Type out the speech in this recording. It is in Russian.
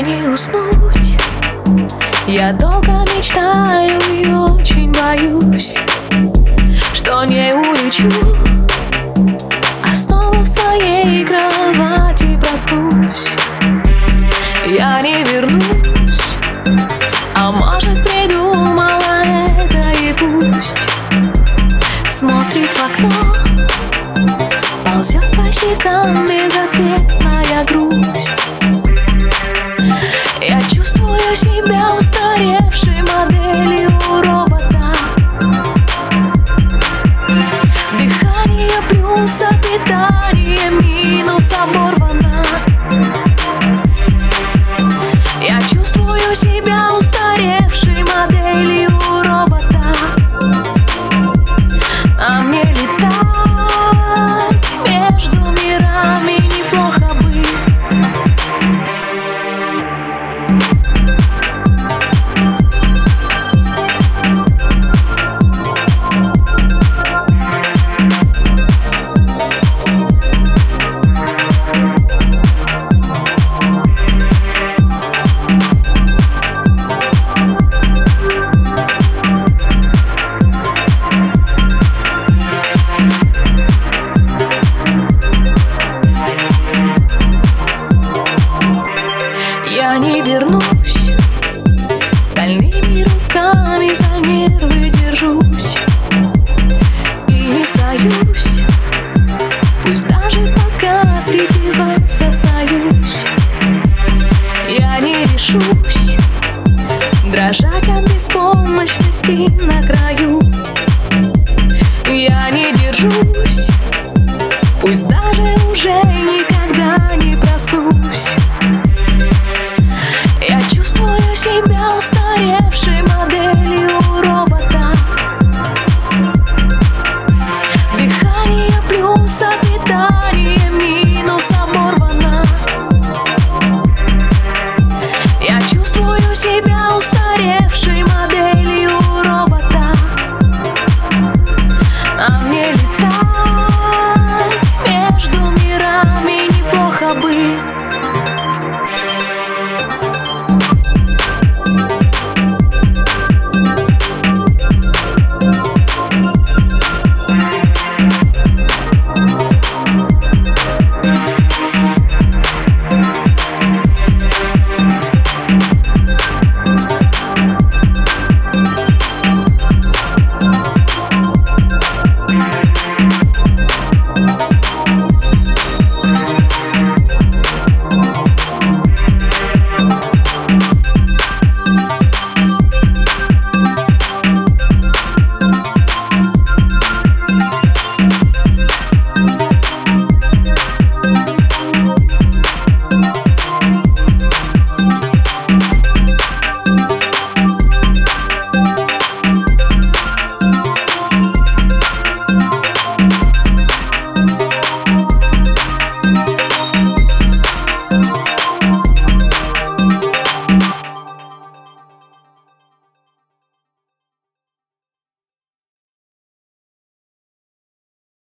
не уснуть. Я долго мечтаю и очень боюсь, что не улечу, а снова в своей кровати проснусь. Я не вернусь, а может, придумала это и пусть. Смотрит в окно, ползет по щекам безответная грусть. Я чувствую себя устаревшей моделью робота. Дыхание плюс, а питание минус оборвано. Я чувствую себя устаревшей моделью робота. А мне летать между мирами неплохо бы. Я не вернусь, стальными руками за нервы держусь и не сдаюсь, пусть даже пока среди вас остаюсь. Я не решусь дрожать от беспомощности на краю. Я не держусь, пусть даже уже никогда не